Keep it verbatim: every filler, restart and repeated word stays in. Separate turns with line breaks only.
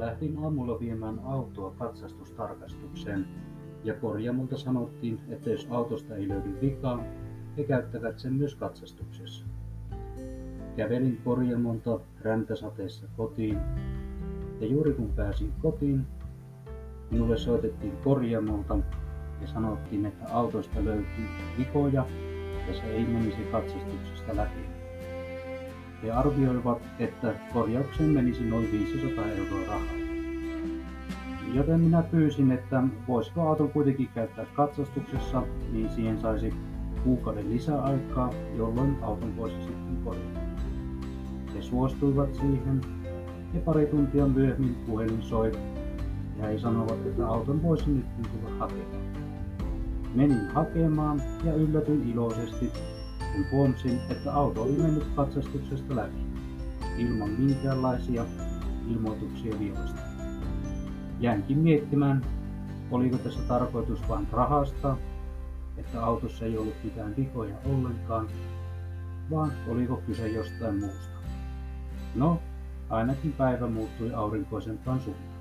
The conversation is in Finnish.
lähdin aamulla viemään autoa katsastustarkastukseen ja korjaamolta sanottiin, että jos autosta ei löydy vikaa, he käyttävät sen myös katsastuksessa. Kävelin korjaamolta räntäsateessa kotiin ja juuri kun pääsin kotiin, minulle soitettiin korjaamolta ja sanottiin, että autosta löytyy vikoja ja se ei menisi katsastuksesta läpi. He arvioivat, että korjaukseen menisi noin viisisataa euroa rahaa. Joten minä pyysin, että voisiko auton kuitenkin käyttää katsastuksessa, niin siihen saisi kuukauden lisäaikaa, jolloin auton voisi sitten korjata. He suostuivat siihen ja pari tuntia myöhemmin puhelin soi ja he sanovat, että auton voisi nyt tulla hakemaan. Menin hakemaan ja yllätyin iloisesti, kun huomasin, että auto oli mennyt katsastuksesta läpi, ilman minkäänlaisia ilmoituksia vihoista. Jäinkin miettimään, oliko tässä tarkoitus vain rahastaa, että autossa ei ollut mitään vikoja ollenkaan, vaan oliko kyse jostain muusta. No, ainakin päivä muuttui aurinkoisempaan suuntaan.